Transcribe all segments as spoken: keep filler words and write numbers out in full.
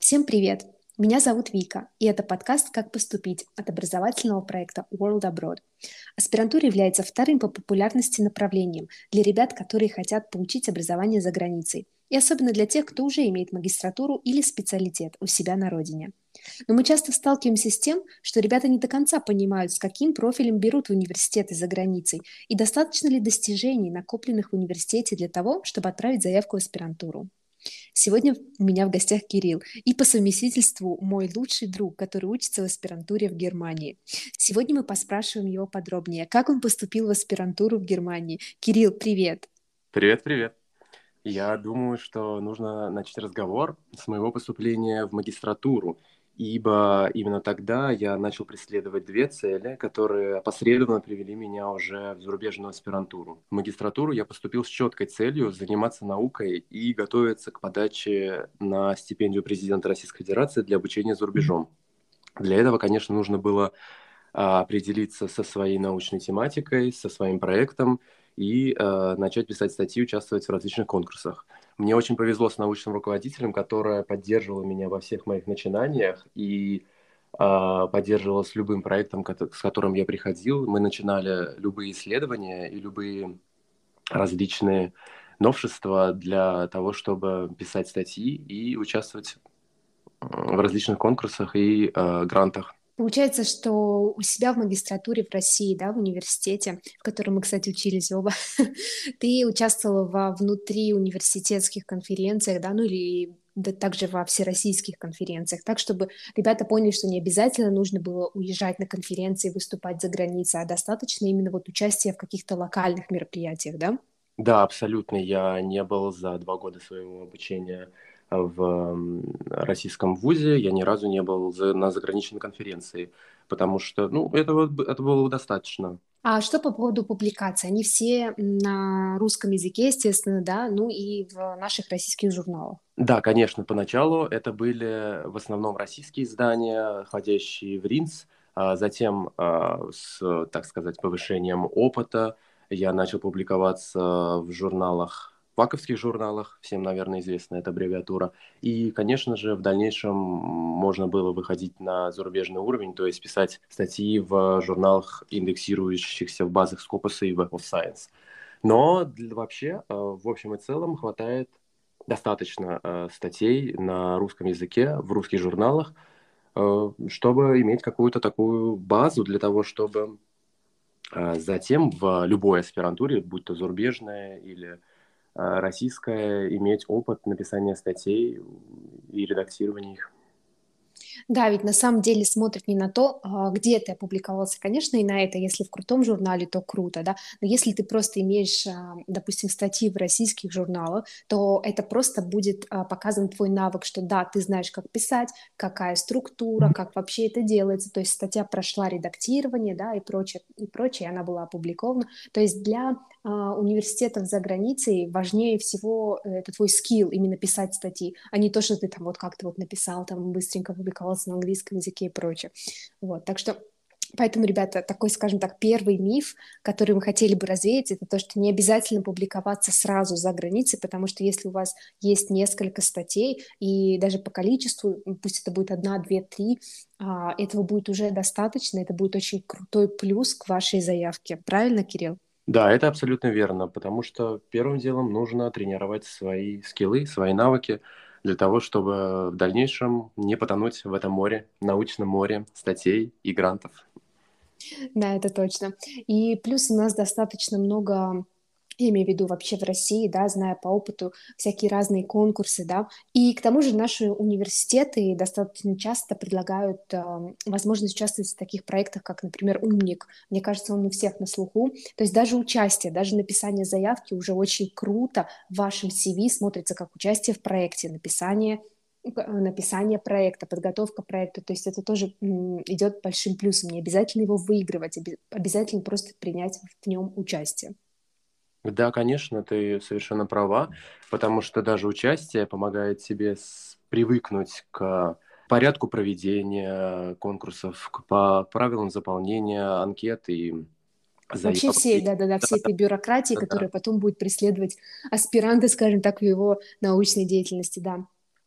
Всем привет! Меня зовут Вика, и это подкаст «Как поступить» от образовательного проекта World Abroad. Аспирантура является вторым по популярности направлением для ребят, которые хотят получить образование за границей, и особенно для тех, кто уже имеет магистратуру или специалитет у себя на родине. Но мы часто сталкиваемся с тем, что ребята не до конца понимают, с каким профилем берут в университеты за границей, и достаточно ли достижений, накопленных в университете для того, чтобы отправить заявку в аспирантуру. Сегодня у меня в гостях Кирилл и по совместительству мой лучший друг, который учится в аспирантуре в Германии. Сегодня мы поспрашиваем его подробнее, как он поступил в аспирантуру в Германии. Кирилл, привет! Привет, привет. Я думаю, что нужно начать разговор с моего поступления в магистратуру, ибо именно тогда я начал преследовать две цели, которые опосредованно привели меня уже в зарубежную аспирантуру. В магистратуру я поступил с четкой целью заниматься наукой и готовиться к подаче на стипендию президента Российской Федерации для обучения за рубежом. Для этого, конечно, нужно было а, определиться со своей научной тематикой, со своим проектом и э, начать писать статьи, участвовать в различных конкурсах. Мне очень повезло с научным руководителем, которая поддерживала меня во всех моих начинаниях и э, поддерживала с любым проектом, кото- с которым я приходил. Мы начинали любые исследования и любые различные новшества для того, чтобы писать статьи и участвовать э, в различных конкурсах и э, грантах. Получается, что у себя в магистратуре в России, да, в университете, в котором мы, кстати, учились оба, ты участвовала во внутриуниверситетских конференциях, да, ну или да, также во всероссийских конференциях, так, чтобы ребята поняли, что не обязательно нужно было уезжать на конференции, выступать за границей, а достаточно именно вот участия в каких-то локальных мероприятиях, да? Да, абсолютно. Я не был за два года своего обучения в м, российском вузе, я ни разу не был за- на заграничной конференции, потому что, ну, этого, б- это было достаточно. А что по поводу публикаций? Они все на русском языке, естественно, да, ну и в наших российских журналах. Да, конечно, поначалу это были в основном российские издания, ходящие в РИНС, а затем а, с, так сказать, повышением опыта я начал публиковаться в журналах, ваковских журналах, всем, наверное, известна эта аббревиатура. И, конечно же, в дальнейшем можно было выходить на зарубежный уровень, то есть писать статьи в журналах, индексирующихся в базах Scopus и Web of Science. Но для- вообще, э, в общем и целом, хватает достаточно э, статей на русском языке в русских журналах, э, чтобы иметь какую-то такую базу для того, чтобы э, затем в любой аспирантуре, будь то зарубежная или э, российская, иметь опыт написания статей и редактирования их. Да, ведь на самом деле смотрят не на то, а, где ты опубликовался, конечно, и на это, если в крутом журнале, то круто, да, но если ты просто имеешь, а, допустим, статьи в российских журналах, то это просто будет а, показан твой навык, что да, ты знаешь, как писать, какая структура, как вообще это делается, то есть статья прошла редактирование, да, и прочее, и прочее, и она была опубликована, то есть для а, университетов за границей важнее всего э, это твой скилл, именно писать статьи, а не то, что ты там вот как-то вот написал, там быстренько опубликовался на английском языке и прочее. Вот, так что поэтому, ребята, такой, скажем так, первый миф, который мы хотели бы развеять, это то, что не обязательно публиковаться сразу за границей, потому что если у вас есть несколько статей, и даже по количеству, пусть это будет одна, две, три, а, этого будет уже достаточно, это будет очень крутой плюс к вашей заявке. Правильно, Кирилл? Да, это абсолютно верно, потому что первым делом нужно тренировать свои скиллы, свои навыки для того, чтобы в дальнейшем не потонуть в этом море, научном море статей и грантов. Да, это точно. И плюс у нас достаточно много, я имею в виду вообще в России, да, зная по опыту всякие разные конкурсы, да, и к тому же наши университеты достаточно часто предлагают ам, возможность участвовать в таких проектах, как, например, «Умник». Мне кажется, он у всех на слуху. То есть даже участие, даже написание заявки уже очень круто в вашем C V смотрится как участие в проекте, написание п- написание проекта, подготовка проекта, то есть это тоже м, идет большим плюсом. Не обязательно его выигрывать, оби- обязательно просто принять в нем участие. Да, конечно, ты совершенно права, потому что даже участие помогает тебе с- привыкнуть к порядку проведения конкурсов, к по правилам заполнения анкет и Вообще заявок. все, И- да-да-да, всей этой бюрократии, да, да. которая потом будет преследовать аспиранта, скажем так, в его научной деятельности, да.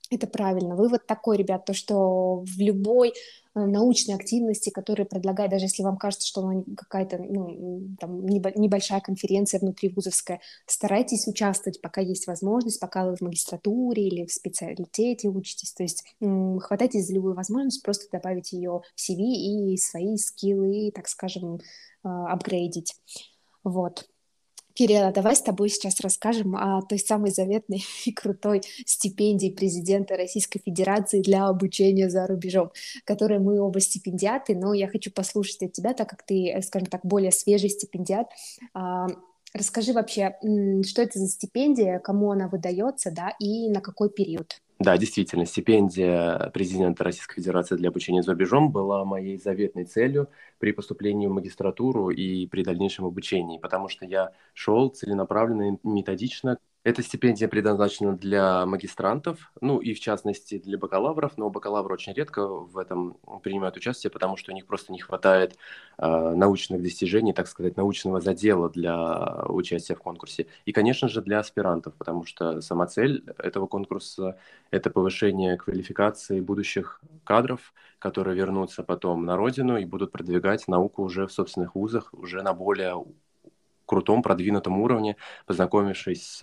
Это правильно. Вывод такой, ребят, то, что в любой э, научной активности, которая предлагает, даже если вам кажется, что она какая-то ну, м, там, небо- небольшая конференция внутри вузовская, старайтесь участвовать, пока есть возможность, пока вы в магистратуре или в специалитете учитесь. То есть м, хватайтесь за любую возможность просто добавить ее в си ви и свои скиллы, так скажем, э, апгрейдить. Вот. Кирилл, а давай с тобой сейчас расскажем о той самой заветной и крутой стипендии президента Российской Федерации для обучения за рубежом, которой мы оба стипендиаты, но я хочу послушать от тебя, так как ты, э, скажем так, более свежий стипендиат. А, Расскажи вообще, м, что это за стипендия, кому она выдается, да, и на какой период? Да, действительно, стипендия президента Российской Федерации для обучения за рубежом была моей заветной целью при поступлении в магистратуру и при дальнейшем обучении, потому что я шел целенаправленно и методично. Эта стипендия предназначена для магистрантов, ну и в частности для бакалавров, но бакалавры очень редко в этом принимают участие, потому что у них просто не хватает э, научных достижений, так сказать, научного задела для участия в конкурсе. И, конечно же, для аспирантов, потому что сама цель этого конкурса — это повышение квалификации будущих кадров, которые вернутся потом на родину и будут продвигать науку уже в собственных вузах, уже на более крутом, продвинутом уровне, познакомившись с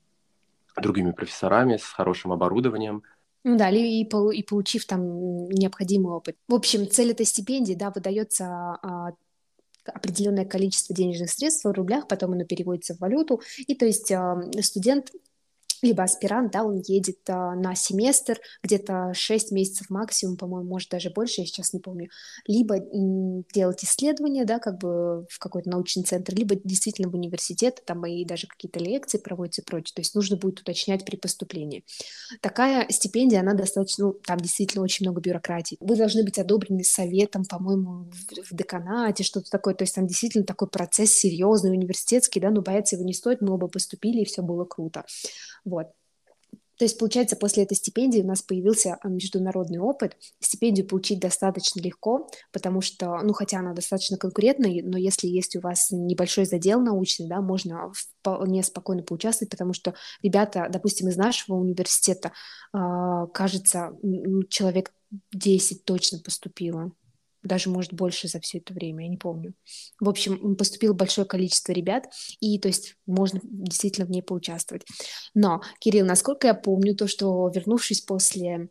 э, другими профессорами, с хорошим оборудованием. Ну да, ли- и, полу- и получив там м, необходимый опыт. В общем, цель этой стипендии, да, выдается а, определенное количество денежных средств в рублях, потом оно переводится в валюту, и то есть а, студент либо аспирант, да, он едет а, на семестр, где-то шесть месяцев максимум, по-моему, может даже больше, я сейчас не помню, либо м, делать исследования, да, как бы в какой-то научный центр, либо действительно в университет, там и даже какие-то лекции проводятся и прочее, то есть нужно будет уточнять при поступлении. Такая стипендия, она достаточно, ну, там действительно очень много бюрократии. Вы должны быть одобрены советом, по-моему, в, в деканате, что-то такое. То есть там действительно такой процесс серьезный, университетский, да, но бояться его не стоит. Мы оба поступили, и все было круто. Вот. То есть, получается, после этой стипендии у нас появился а, международный опыт. Стипендию получить достаточно легко, потому что, ну, хотя она достаточно конкурентная, но если есть у вас небольшой задел научный, да, можно вполне спокойно поучаствовать, потому что ребята, допустим, из нашего университета, а, кажется, м, человек десять точно поступило. Даже, может, больше за все это время, я не помню. В общем, м, поступило большое количество ребят, и, то есть, можно действительно в ней поучаствовать. Но, Кирилл, насколько я помню, то, что вернувшись после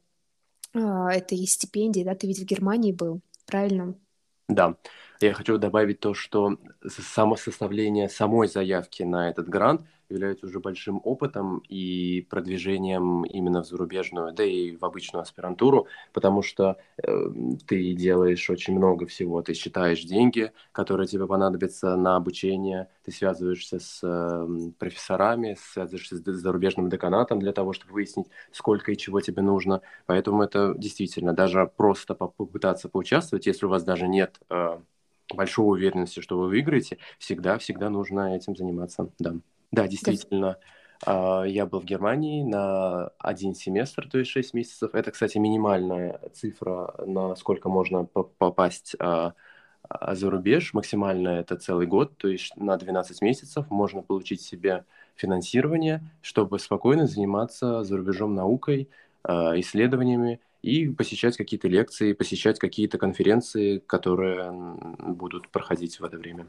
а, этой стипендии, да, ты ведь в Германии был, правильно? Да, я хочу добавить то, что с- само составление самой заявки на этот грант является уже большим опытом и продвижением именно в зарубежную, да и в обычную аспирантуру, потому что э, ты делаешь очень много всего. Ты считаешь деньги, которые тебе понадобятся на обучение, ты связываешься с э, профессорами, связываешься с д- зарубежным деканатом для того, чтобы выяснить, сколько и чего тебе нужно. Поэтому это действительно даже просто поп- попытаться поучаствовать, если у вас даже нет э, большой уверенности, что вы выиграете, всегда-всегда нужно этим заниматься. Да, да, Гов- действительно. А, Я был в Германии на один семестр, то есть шесть месяцев. Это, кстати, минимальная цифра, на сколько можно по- попасть а, а, за рубеж. Максимально это целый год, то есть на двенадцать месяцев можно получить себе финансирование, чтобы спокойно заниматься за рубежом наукой, а, исследованиями и посещать какие-то лекции, посещать какие-то конференции, которые м, будут проходить в это время.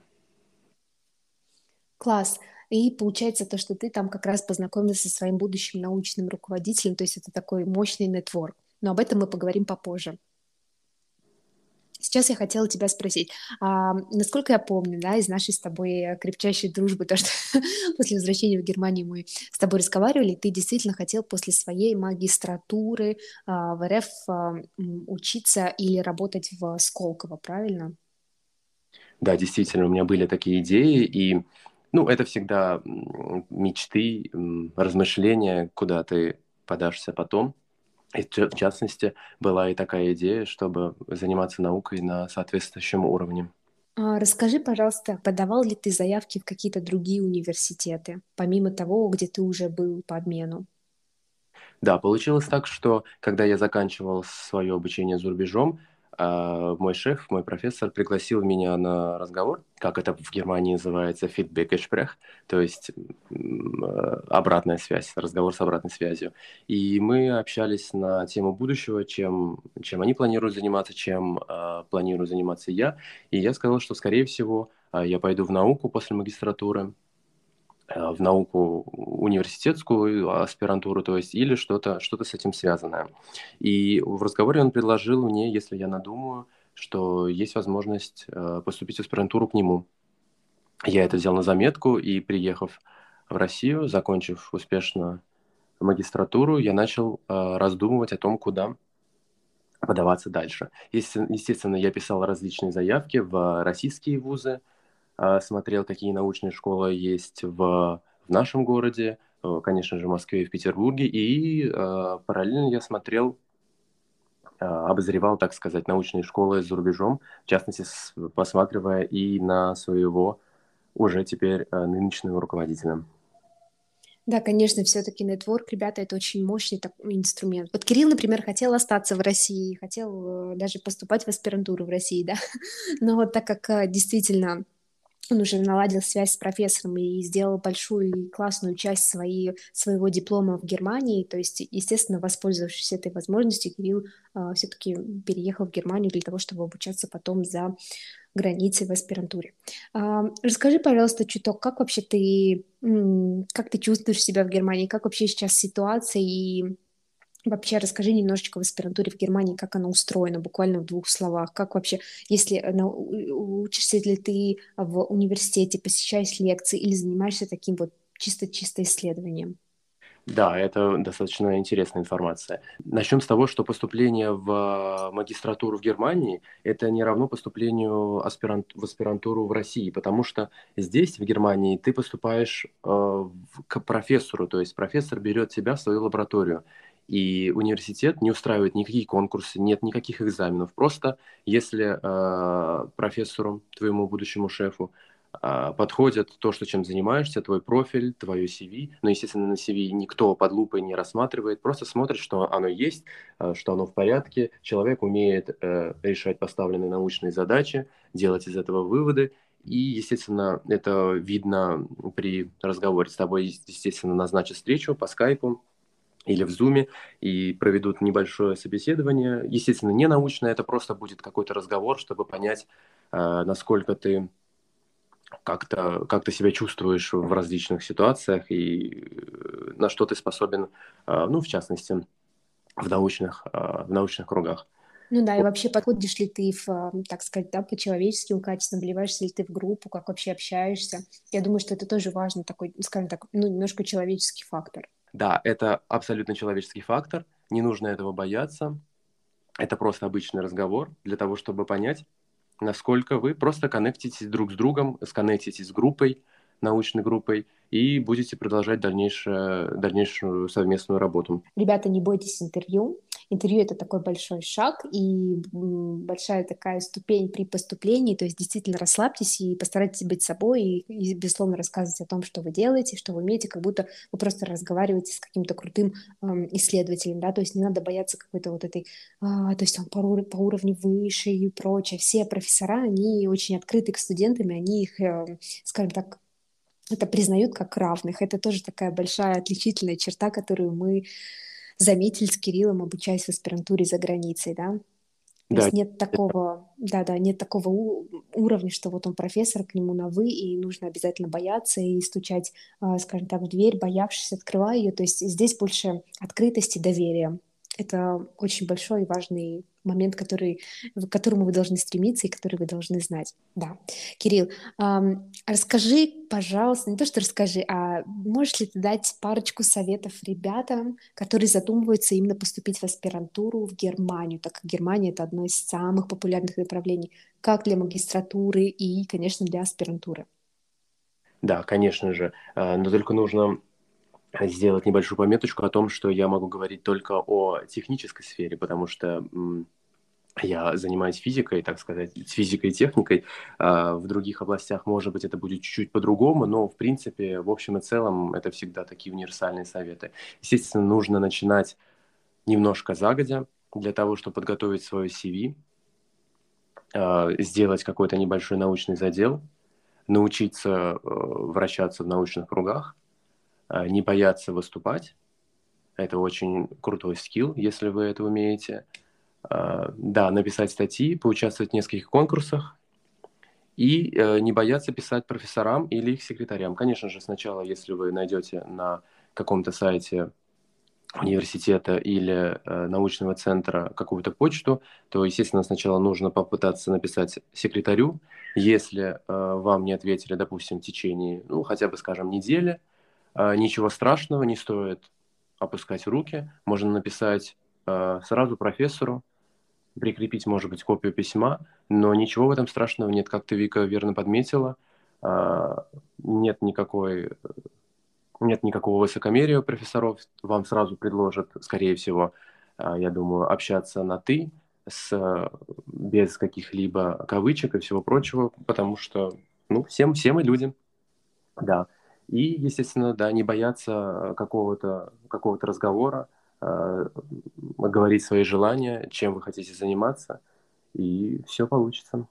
Класс. И получается то, что ты там как раз познакомился со своим будущим научным руководителем, то есть это такой мощный нетворк. Но об этом мы поговорим попозже. Сейчас я хотела тебя спросить, а, насколько я помню, да, из нашей с тобой э, крепчайшей дружбы, то, что после возвращения в Германию мы с тобой разговаривали, ты действительно хотел после своей магистратуры а, в эр эф а, м, учиться или работать в Сколково, правильно? Да, действительно, у меня были такие идеи, и, ну, это всегда м, мечты, м, размышления, куда ты подашься потом. И в ча- в частности, была и такая идея, чтобы заниматься наукой на соответствующем уровне. А, расскажи, пожалуйста, подавал ли ты заявки в какие-то другие университеты, помимо того, где ты уже был по обмену? Да, получилось так, что когда я заканчивал свое обучение за рубежом, а, мой шеф, мой профессор пригласил меня на разговор, как это в Германии называется, Feedback-Gespräch, то есть м, э, обратная связь, разговор с обратной связью. И мы общались на тему будущего, чем, чем они планируют заниматься, чем э, планирую заниматься я. И я сказал, что, скорее всего, э, я пойду в науку после магистратуры, э, в науку университетскую аспирантуру, то есть, или что-то что с этим связанное. И в разговоре он предложил мне, если я надумаю, что есть возможность э, поступить в аспирантуру к нему. Я это взял на заметку, и, приехав в Россию, закончив успешно магистратуру, я начал э, раздумывать о том, куда подаваться дальше. Есте- Естественно, я писал различные заявки в российские вузы, а, смотрел, какие научные школы есть в, в нашем городе, э, конечно же, в Москве и в Петербурге, и э, параллельно я смотрел, э, обозревал, так сказать, научные школы за рубежом, в частности, с- посматривая и на своего уже теперь э, нынешнего руководителя. Да, конечно, все-таки нетворк, ребята, это очень мощный такой инструмент. Вот Кирилл, например, хотел остаться в России, хотел э, даже поступать в аспирантуру в России, да, но вот так как э, действительно он уже наладил связь с профессором и сделал большую и классную часть своей, своего диплома в Германии. То есть, естественно, воспользовавшись этой возможностью, Кирилл все-таки переехал в Германию для того, чтобы обучаться потом за границей в аспирантуре. А, расскажи, пожалуйста, чуток, как вообще ты, м, как ты чувствуешь себя в Германии, как вообще сейчас ситуация и вообще расскажи немножечко в аспирантуре в Германии, как она устроена, буквально в двух словах. Как вообще, если э, на- у- учишься ли ты в университете, посещаешь лекции или занимаешься таким вот чисто-чисто исследованием? Да, это достаточно интересная информация. Начнем с того, что поступление в магистратуру в Германии это не равно поступлению аспирант, в аспирантуру в России, потому что здесь, в Германии, ты поступаешь э, в- к профессору, то есть профессор берет тебя в свою лабораторию. И университет не устраивает никакие конкурсы, нет никаких экзаменов. Просто если э, профессору, твоему будущему шефу, а, подходит то, что чем занимаешься, твой профиль, твое си ви. Но, естественно, на си ви никто под лупой не рассматривает, просто смотрит, что оно есть, а, что оно в порядке. Человек умеет э, решать поставленные научные задачи, делать из этого выводы. И, естественно, это видно при разговоре с тобой, естественно, назначат встречу по скайпу или в зуме и проведут небольшое собеседование. Естественно, не научное, это просто будет какой-то разговор, чтобы понять, э, насколько ты как-то, как ты себя чувствуешь в различных ситуациях и э, на что ты способен, а, ну, в частности, в научных, а, в научных кругах. Ну да, и Вот. вообще подходишь ли ты, в, а, так сказать, да, по-человеческим качествам, вливаешься ли ты в группу, как вообще общаешься. Я думаю, что это тоже важно, такой, скажем так, ну, немножко человеческий фактор. Да, это абсолютно человеческий фактор, не нужно этого бояться. Это просто обычный разговор для того, чтобы понять, насколько вы просто коннектитесь друг с другом, сконнектитесь с группой, научной группой, и будете продолжать дальнейшее, дальнейшую совместную работу. Ребята, не бойтесь интервью. Интервью — это такой большой шаг и м, большая такая ступень при поступлении, то есть действительно расслабьтесь и постарайтесь быть собой и, и, безусловно, рассказывать о том, что вы делаете, что вы умеете, как будто вы просто разговариваете с каким-то крутым эм, исследователем, да, то есть не надо бояться какой-то вот этой, а, то есть он по, ур- по уровню выше и прочее. Все профессора, они очень открыты к студентам, и они их, э, скажем так, это признают как равных. Это тоже такая большая отличительная черта, которую мы заметили с Кириллом, обучаясь в аспирантуре за границей, да. То Да, есть нет такого, да-да, нет такого у- уровня, что вот он профессор, к нему на «вы», и нужно обязательно бояться и стучать, а, скажем так, в дверь, боявшись, открывая ее. То есть здесь больше открытости, доверия. Это очень большой и важный момент, который, к которому вы должны стремиться и который вы должны знать. Да. Кирилл, ам, расскажи, пожалуйста, не то, что расскажи, а можешь ли ты дать парочку советов ребятам, которые задумываются именно поступить в аспирантуру в Германию, так как Германия — это одно из самых популярных направлений как для магистратуры и, конечно, для аспирантуры. да, конечно же, а, но только нужно сделать небольшую пометочку о том, что я могу говорить только о технической сфере, потому что м, я занимаюсь физикой, так сказать, с физикой и техникой. А в других областях, может быть, это будет чуть-чуть по-другому, но, в принципе, в общем и целом, это всегда такие универсальные советы. Естественно, нужно начинать немножко загодя для того, чтобы подготовить свое си ви, а, сделать какой-то небольшой научный задел, научиться э, вращаться в научных кругах, а, не бояться выступать. Это очень крутой скилл, если вы это умеете. А, Да, написать статьи, поучаствовать в нескольких конкурсах и э, не бояться писать профессорам или их секретарям. Конечно же, сначала, если вы найдете на каком-то сайте университета или э, научного центра какую-то почту, то, естественно, сначала нужно попытаться написать секретарю. Если э, вам не ответили, допустим, в течение, ну, хотя бы, скажем, недели, э, ничего страшного, не стоит опускать руки. Можно написать э, сразу профессору, прикрепить, может быть, копию письма, но ничего в этом страшного нет, как ты, Вика, верно подметила. А, Нет никакой нет никакого высокомерия у профессоров. Вам сразу предложат, скорее всего, а, я думаю, общаться на «ты», с, э, без каких-либо кавычек и всего прочего, потому что, ну, все, все мы люди, да. И, естественно, да, не бояться какого-то какого разговора, э, говорить свои желания, чем вы хотите заниматься, и все получится.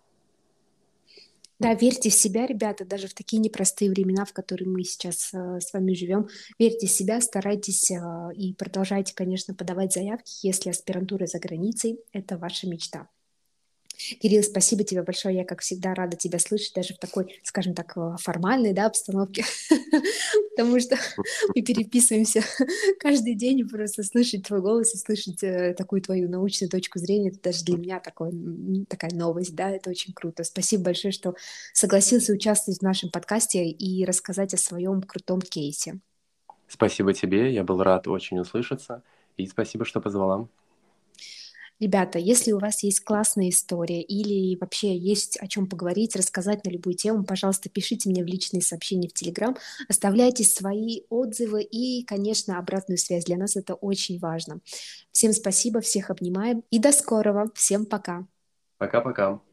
Да, верьте в себя, ребята, даже в такие непростые времена, в которые мы сейчас э, с вами живем. Верьте в себя, старайтесь э, и продолжайте, конечно, подавать заявки, если аспирантура за границей– это ваша мечта. Кирилл, спасибо тебе большое. Я, как всегда, рада тебя слышать даже в такой, скажем так, э, формальной, да, обстановке, потому что мы переписываемся каждый день, и просто слышать твой голос и слышать э, такую твою научную точку зрения, это даже для меня такой, м, такая новость, да, это очень круто. Спасибо большое, что согласился участвовать в нашем подкасте и рассказать о своем крутом кейсе. Спасибо тебе, я был рад очень услышаться, и спасибо, что позвала. Ребята, если у вас есть классная история или вообще есть о чем поговорить, рассказать на любую тему, пожалуйста, пишите мне в личные сообщения в Телеграм, оставляйте свои отзывы и, конечно, обратную связь. Для нас это очень важно. Всем спасибо, всех обнимаем и до скорого. Всем пока. Пока-пока.